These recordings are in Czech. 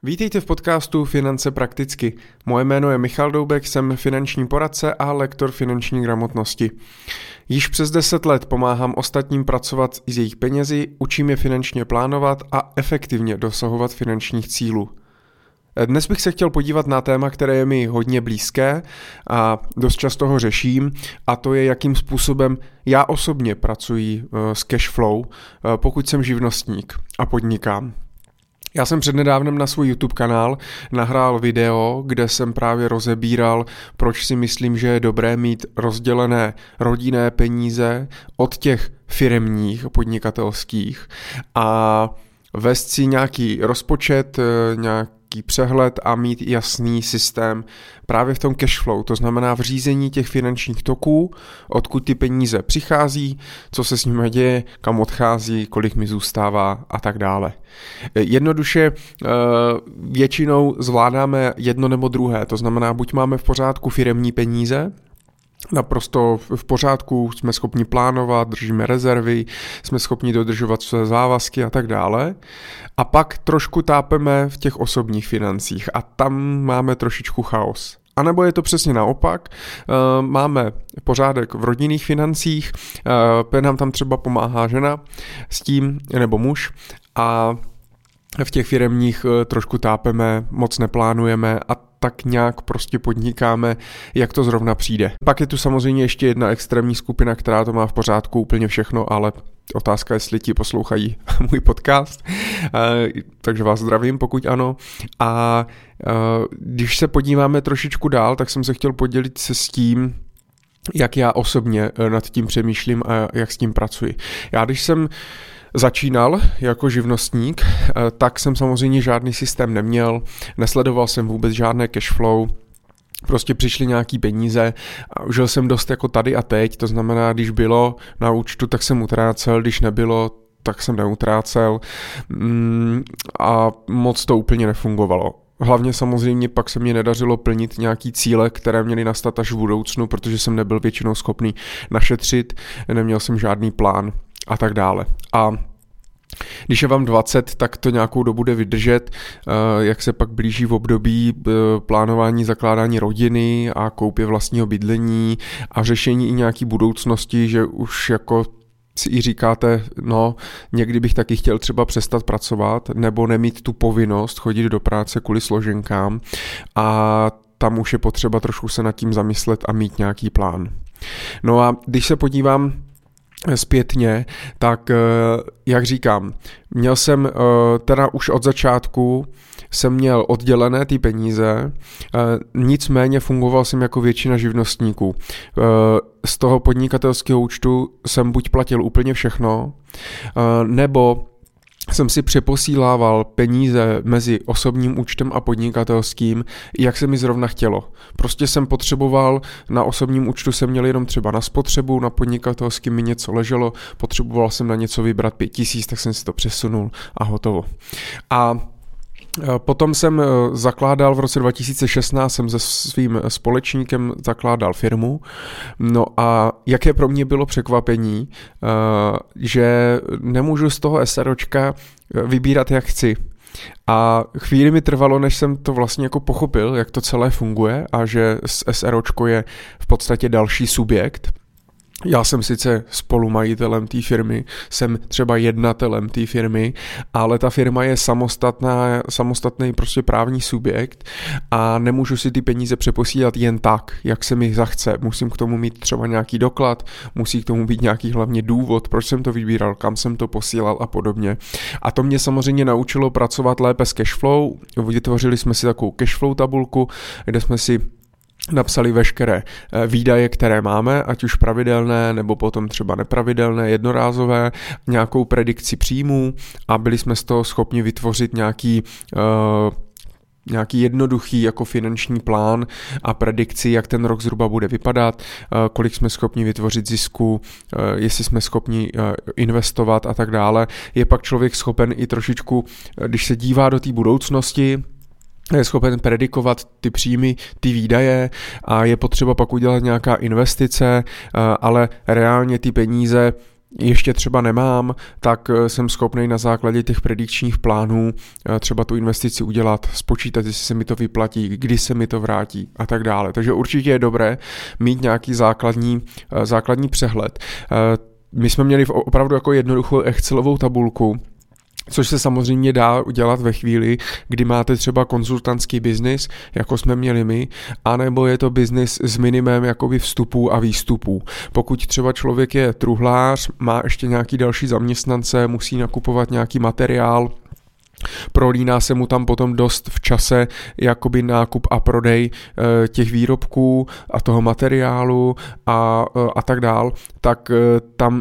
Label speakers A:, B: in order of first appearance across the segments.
A: Vítejte v podcastu Finance prakticky. Moje jméno je Michal Doubek, jsem finanční poradce a lektor finanční gramotnosti. Již přes 10 let pomáhám ostatním pracovat s jejich penězi, učím je finančně plánovat a efektivně dosahovat finančních cílů. Dnes bych se chtěl podívat na téma, které je mi hodně blízké a dost často ho řeším, a to je, jakým způsobem já osobně pracuji s cash flow, pokud jsem živnostník a podnikám. Já jsem přednedávnem na svůj YouTube kanál nahrál video, kde jsem právě rozebíral, proč si myslím, že je dobré mít rozdělené rodinné peníze od těch firemních podnikatelských a vést si nějaký rozpočet, nějaký přehled a mít jasný systém právě v tom cash flow, to znamená v řízení těch finančních toků, odkud ty peníze přichází, co se s nimi děje, kam odchází, kolik mi zůstává a tak dále. Jednoduše většinou zvládáme jedno nebo druhé, to znamená, buď máme v pořádku firemní peníze, naprosto v pořádku, jsme schopni plánovat, držíme rezervy, jsme schopni dodržovat své závazky a tak dále. A pak trošku tápeme v těch osobních financích a tam máme trošičku chaos. A nebo je to přesně naopak, máme pořádek v rodinných financích, nám tam třeba pomáhá žena s tím, nebo muž, a v těch firemních trošku tápeme, moc neplánujeme a tak nějak prostě podnikáme, jak to zrovna přijde. Pak je tu samozřejmě ještě jedna extrémní skupina, která to má v pořádku úplně všechno, ale otázka, jestli ti poslouchají můj podcast, takže vás zdravím, pokud ano. A když se podíváme trošičku dál, tak jsem se chtěl podělit se s tím, jak já osobně nad tím přemýšlím a jak s tím pracuji. Já když jsem začínal jako živnostník, tak jsem samozřejmě žádný systém neměl, nesledoval jsem vůbec žádné cash flow, prostě přišly nějaký peníze a žil jsem dost jako tady a teď, to znamená, když bylo na účtu, tak jsem utrácel, když nebylo, tak jsem neutrácel a moc to úplně nefungovalo. Hlavně samozřejmě pak se mě nedařilo plnit nějaký cíle, které měly nastat až v budoucnu, protože jsem nebyl většinou schopný našetřit, neměl jsem žádný plán a tak dále. A když je vám 20, tak to nějakou dobu bude vydržet, jak se pak blíží v období plánování zakládání rodiny a koupě vlastního bydlení a řešení i nějaký budoucnosti, že už jako si i říkáte, no někdy bych taky chtěl třeba přestat pracovat nebo nemít tu povinnost chodit do práce kvůli složenkám a tam už je potřeba trošku se nad tím zamyslet a mít nějaký plán. No a když se podívám zpětně, tak jak říkám, měl jsem teda už od začátku jsem měl oddělené ty peníze, nicméně fungoval jsem jako většina živnostníků. Z toho podnikatelského účtu jsem buď platil úplně všechno, nebo jsem si přeposílával peníze mezi osobním účtem a podnikatelským, jak se mi zrovna chtělo. Prostě jsem potřeboval, na osobním účtu jsem měl jenom třeba na spotřebu, na podnikatelským mi něco leželo, potřeboval jsem na něco vybrat 5 000, tak jsem si to přesunul a hotovo. A potom jsem zakládal v roce 2016, jsem se svým společníkem zakládal firmu, no a jaké pro mě bylo překvapení, že nemůžu z toho SROčka vybírat jak chci. A chvíli mi trvalo, než jsem to vlastně jako pochopil, jak to celé funguje a že SROčko je v podstatě další subjekt. Já jsem sice spolumajitelem té firmy, jsem třeba jednatelem té firmy, ale ta firma je samostatný prostě právní subjekt a nemůžu si ty peníze přeposílat jen tak, jak se mi zachce. Musím k tomu mít třeba nějaký doklad, musí k tomu být nějaký hlavně důvod, proč jsem to vybíral, kam jsem to posílal a podobně. A to mě samozřejmě naučilo pracovat lépe s cashflow. Vytvořili jsme si takovou cashflow tabulku, kde jsme si napsali veškeré výdaje, které máme, ať už pravidelné, nebo potom třeba nepravidelné, jednorázové, nějakou predikci příjmů a byli jsme z toho schopni vytvořit nějaký jednoduchý jako finanční plán a predikci, jak ten rok zhruba bude vypadat, kolik jsme schopni vytvořit zisku, jestli jsme schopni investovat a tak dále. Je pak člověk schopen i trošičku, když se dívá do té budoucnosti, je schopen predikovat ty příjmy, ty výdaje a je potřeba pak udělat nějaká investice, ale reálně ty peníze ještě třeba nemám, tak jsem schopný na základě těch predikčních plánů třeba tu investici udělat, spočítat, jestli se mi to vyplatí, kdy se mi to vrátí a tak dále. Takže určitě je dobré mít nějaký základní přehled. My jsme měli opravdu jako jednoduchou Excelovou tabulku, což se samozřejmě dá udělat ve chvíli, kdy máte třeba konzultantský biznis, jako jsme měli my, anebo je to biznis s minimem jakoby vstupů a výstupů. Pokud třeba člověk je truhlář, má ještě nějaký další zaměstnance, musí nakupovat nějaký materiál, prolíná se mu tam potom dost v čase jakoby nákup a prodej těch výrobků a toho materiálu a tak dál, tak tam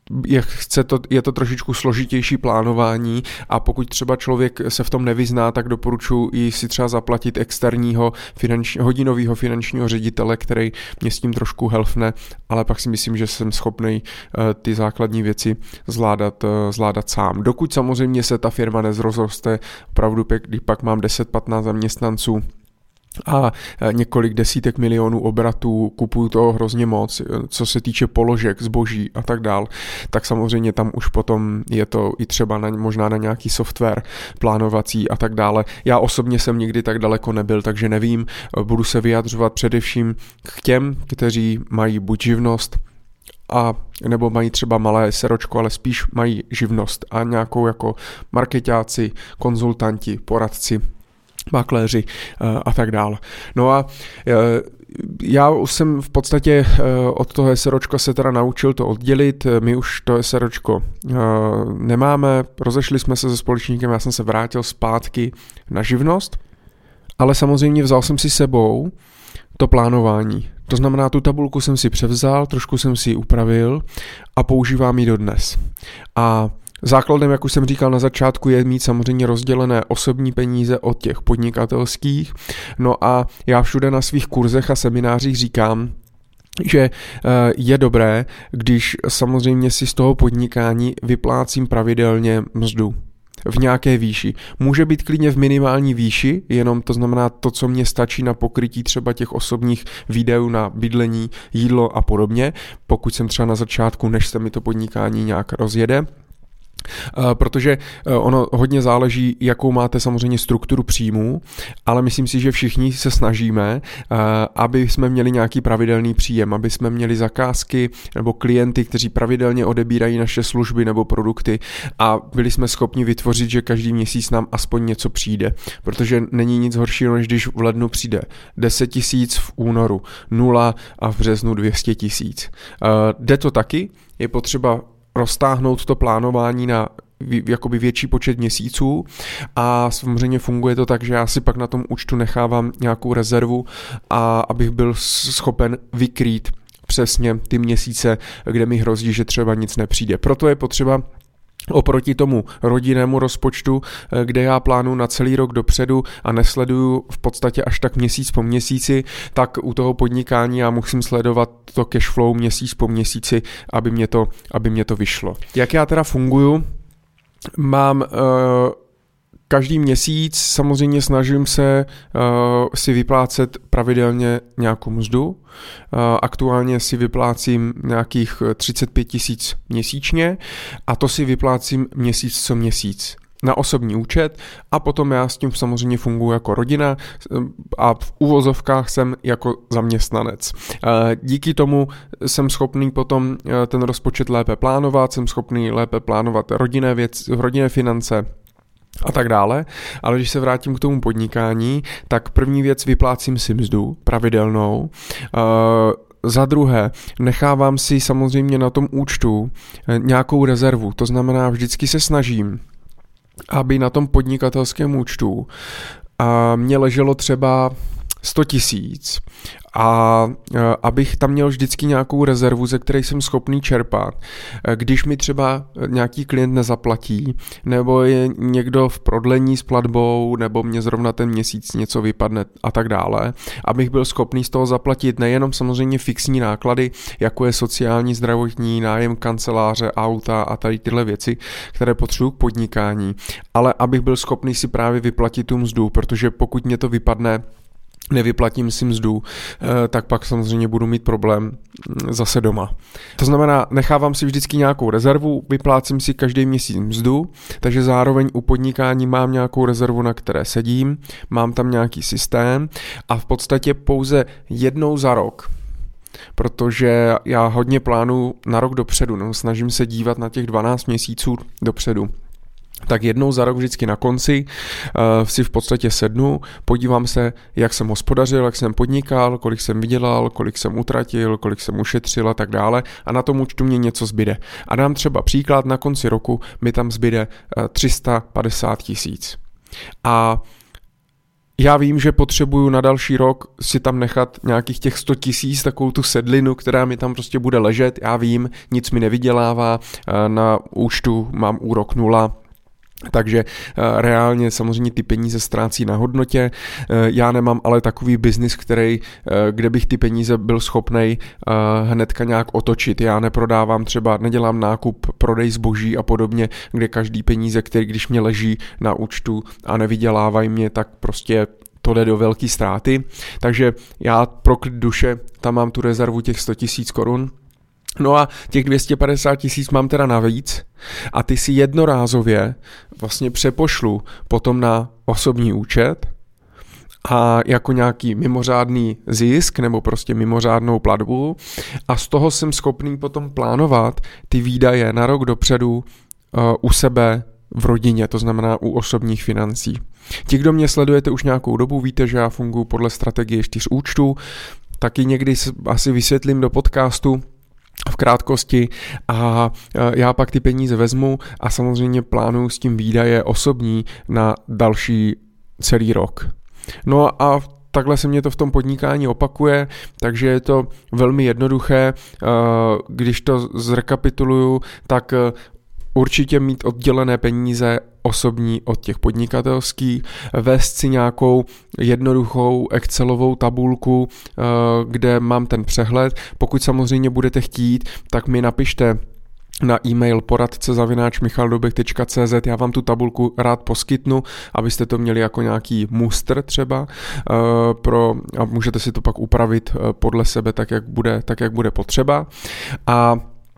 A: je to trošičku složitější plánování a pokud třeba člověk se v tom nevyzná, tak doporučuji i si třeba zaplatit externího hodinového finančního ředitele, který mě s tím trošku helfne, ale pak si myslím, že jsem schopný ty základní věci zvládat sám. Dokud samozřejmě se ta firma nezroste, opravdu když pak mám 10-15 zaměstnanců, a několik desítek milionů obratů, kupuju toho hrozně moc, co se týče položek, zboží a tak dál, tak samozřejmě tam už potom je to i třeba možná na nějaký software plánovací a tak dále. Já osobně jsem nikdy tak daleko nebyl, takže nevím, budu se vyjadřovat především k těm, kteří mají buď živnost, nebo mají třeba malé seročko, ale spíš mají živnost a nějakou jako marketáci, konzultanti, poradci, makléři a tak dále. No a já už jsem v podstatě od toho SROčka se teda naučil to oddělit, my už to SROčko nemáme, rozešli jsme se se společníkem, já jsem se vrátil zpátky na živnost, ale samozřejmě vzal jsem si sebou to plánování. To znamená, tu tabulku jsem si převzal, trošku jsem si ji upravil a používám ji dodnes. A základem, jak už jsem říkal na začátku, je mít samozřejmě rozdělené osobní peníze od těch podnikatelských. No a já všude na svých kurzech a seminářích říkám, že je dobré, když samozřejmě si z toho podnikání vyplácím pravidelně mzdu v nějaké výši. Může být klidně v minimální výši, jenom to znamená to, co mě stačí na pokrytí třeba těch osobních výdajů na bydlení, jídlo a podobně, pokud jsem třeba na začátku, než se mi to podnikání nějak rozjede. Protože ono hodně záleží, jakou máte samozřejmě strukturu příjmů, ale myslím si, že všichni se snažíme, aby jsme měli nějaký pravidelný příjem, aby jsme měli zakázky nebo klienty, kteří pravidelně odebírají naše služby nebo produkty a byli jsme schopni vytvořit, že každý měsíc nám aspoň něco přijde, protože není nic horšího, než když v lednu přijde 10 000, v únoru 0 a v březnu 200 000. Jde to taky, je potřeba roztáhnout to plánování na jakoby větší počet měsíců a samozřejmě funguje to tak, že já si pak na tom účtu nechávám nějakou rezervu a abych byl schopen vykrýt přesně ty měsíce, kde mi hrozí, že třeba nic nepřijde. Proto je potřeba oproti tomu rodinnému rozpočtu, kde já plánuju na celý rok dopředu a nesleduju v podstatě až tak měsíc po měsíci, tak u toho podnikání já musím sledovat to cash flow měsíc po měsíci, aby mě to vyšlo. Jak já teda funguju? Mám každý měsíc samozřejmě snažím se si vyplácet pravidelně nějakou mzdu. Aktuálně si vyplácím nějakých 35 000 měsíčně a to si vyplácím měsíc co měsíc na osobní účet a potom já s tím samozřejmě funguji jako rodina a v uvozovkách jsem jako zaměstnanec. Díky tomu jsem schopný potom ten rozpočet lépe plánovat, jsem schopný lépe plánovat rodinné finance a tak dále, ale když se vrátím k tomu podnikání, tak první věc vyplácím si mzdu pravidelnou, za druhé, nechávám si samozřejmě na tom účtu nějakou rezervu, to znamená vždycky se snažím, aby na tom podnikatelském účtu mě leželo třeba 100 000 a abych tam měl vždycky nějakou rezervu, ze které jsem schopný čerpat, když mi třeba nějaký klient nezaplatí, nebo je někdo v prodlení s platbou, nebo mě zrovna ten měsíc něco vypadne a tak dále, abych byl schopný z toho zaplatit nejenom samozřejmě fixní náklady, jako je sociální, zdravotní, nájem kanceláře, auta a tady tyhle věci, které potřebuji k podnikání, ale abych byl schopný si právě vyplatit tu mzdu, protože pokud mě to vypadne nevyplatím si mzdu, tak pak samozřejmě budu mít problém zase doma. To znamená, nechávám si vždycky nějakou rezervu, vyplácím si každý měsíc mzdu, takže zároveň u podnikání mám nějakou rezervu, na které sedím, mám tam nějaký systém a v podstatě pouze jednou za rok, protože já hodně plánuju na rok dopředu, no, snažím se dívat na těch 12 měsíců dopředu. Tak jednou za rok vždycky na konci si v podstatě sednu, podívám se, jak jsem hospodařil, jak jsem podnikal, kolik jsem vydělal, kolik jsem utratil, kolik jsem ušetřil a tak dále a na tom účtu mě něco zbyde. A dám třeba příklad, na konci roku mi tam zbyde 350 000. A já vím, že potřebuju na další rok si tam nechat nějakých těch 100 000, takovou tu sedlinu, která mi tam prostě bude ležet, já vím, nic mi nevydělává, na účtu mám úrok 0, takže reálně samozřejmě ty peníze ztrácí na hodnotě. Já nemám ale takový biznis, kde bych ty peníze byl schopnej hnedka nějak otočit. Já neprodávám třeba, nedělám nákup, prodej zboží a podobně, kde každý peníze, který když mě leží na účtu a nevydělávají mě, tak prostě to jde do velký ztráty. Takže já pro klid duše tam mám tu rezervu těch 100 000 korun. No a těch 250 000 mám teda navíc a ty si jednorázově vlastně přepošlu potom na osobní účet a jako nějaký mimořádný zisk nebo prostě mimořádnou platbu a z toho jsem schopný potom plánovat ty výdaje na rok dopředu u sebe v rodině, to znamená u osobních financí. Ti, kdo mě sledujete už nějakou dobu, víte, že já funguji podle strategie 4 účtů, taky někdy asi vysvětlím do podcastu v krátkosti a já pak ty peníze vezmu a samozřejmě plánuju s tím výdaje osobní na další celý rok. No a takhle se mě to v tom podnikání opakuje, takže je to velmi jednoduché. Když to zrekapituluju, tak určitě mít oddělené peníze osobní od těch podnikatelských, vést si nějakou jednoduchou Excelovou tabulku, kde mám ten přehled. Pokud samozřejmě budete chtít, tak mi napište na e-mail poradce@michaldoubek.cz, já vám tu tabulku rád poskytnu, abyste to měli jako nějaký mustr třeba a můžete si to pak upravit podle sebe tak, jak bude potřeba. A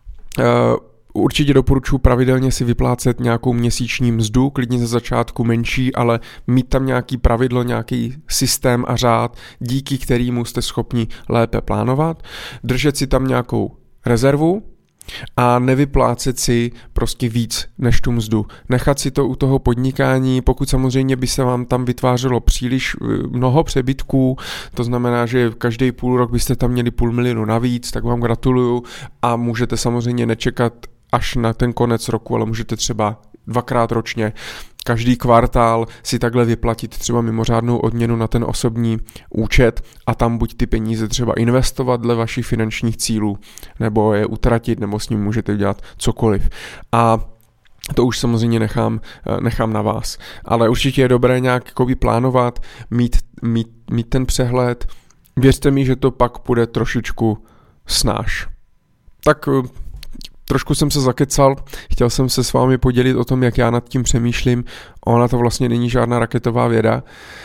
A: určitě doporučuji pravidelně si vyplácet nějakou měsíční mzdu, klidně ze začátku menší, ale mít tam nějaký pravidlo, nějaký systém a řád, díky kterému jste schopni lépe plánovat, držet si tam nějakou rezervu a nevyplácet si prostě víc než tu mzdu. Nechat si to u toho podnikání, pokud samozřejmě by se vám tam vytvářelo příliš mnoho přebytků, to znamená, že každý půl rok byste tam měli 500 000 navíc, tak vám gratuluju a můžete samozřejmě nečekat až na ten konec roku, ale můžete třeba 2krát ročně každý kvartál si takhle vyplatit třeba mimořádnou odměnu na ten osobní účet a tam buď ty peníze třeba investovat dle vašich finančních cílů, nebo je utratit, nebo s ním můžete dělat cokoliv. A to už samozřejmě nechám na vás. Ale určitě je dobré nějak plánovat, mít ten přehled. Věřte mi, že to pak bude trošičku snáš. Tak trošku jsem se zakecal, chtěl jsem se s vámi podělit o tom, jak já nad tím přemýšlím. Ona to vlastně není žádná raketová věda.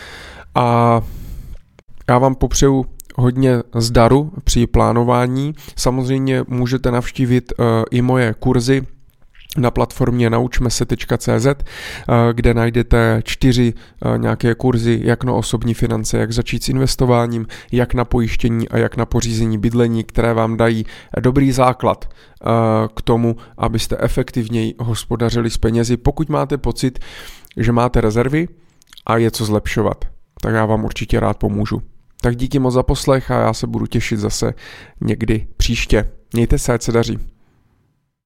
A: A já vám popřeju hodně zdaru při plánování. Samozřejmě můžete navštívit i moje kurzy na platformě naučmese.cz, kde najdete 4 nějaké kurzy, jak na osobní finance, jak začít s investováním, jak na pojištění a jak na pořízení bydlení, které vám dají dobrý základ k tomu, abyste efektivněji hospodařili s penězi. Pokud máte pocit, že máte rezervy a je co zlepšovat, tak já vám určitě rád pomůžu. Tak díky moc za poslech a já se budu těšit zase někdy příště. Mějte se, ať se daří.